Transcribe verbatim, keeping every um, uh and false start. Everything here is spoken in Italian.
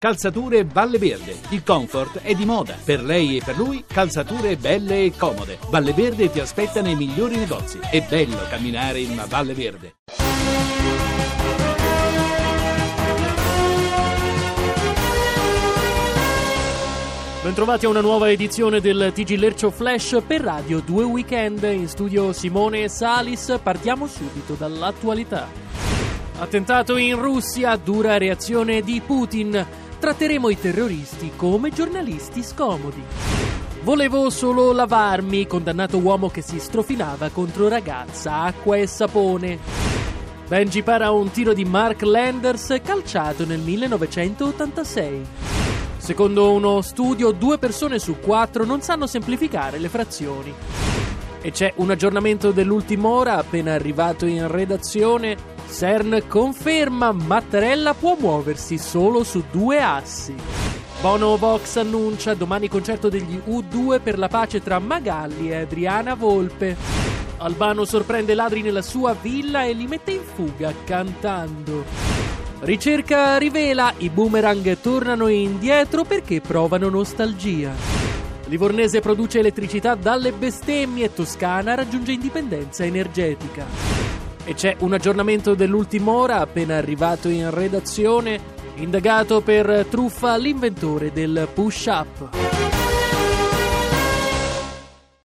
Calzature Valle Verde. Il comfort è di moda. Per lei e per lui, calzature belle e comode. Valle Verde ti aspetta nei migliori negozi. È bello camminare in una Valle Verde. Bentrovati a una nuova edizione del T G Lercio Flash per Radio due Weekend. In studio Simone Salis. Partiamo subito dall'attualità. Attentato in Russia, dura reazione di Putin. Tratteremo i terroristi come giornalisti scomodi. Volevo solo lavarmi, condannato uomo che si strofinava contro ragazza, acqua e sapone. Benji para un tiro di Mark Landers calciato nel millenovecentottantasei. Secondo uno studio, due persone su quattro non sanno semplificare le frazioni. E c'è un aggiornamento dell'ultima ora appena arrivato in redazione. CERN conferma Mattarella può muoversi solo su due assi. Bono Vox annuncia domani concerto degli U due per la pace tra Magalli e Adriana Volpe. Albano sorprende ladri nella sua villa e li mette in fuga cantando. Ricerca rivela i boomerang tornano indietro perché provano nostalgia. Livornese produce elettricità dalle bestemmie, Toscana raggiunge indipendenza energetica. E c'è un aggiornamento dell'ultima ora appena arrivato in redazione. Indagato per truffa l'inventore del push-up.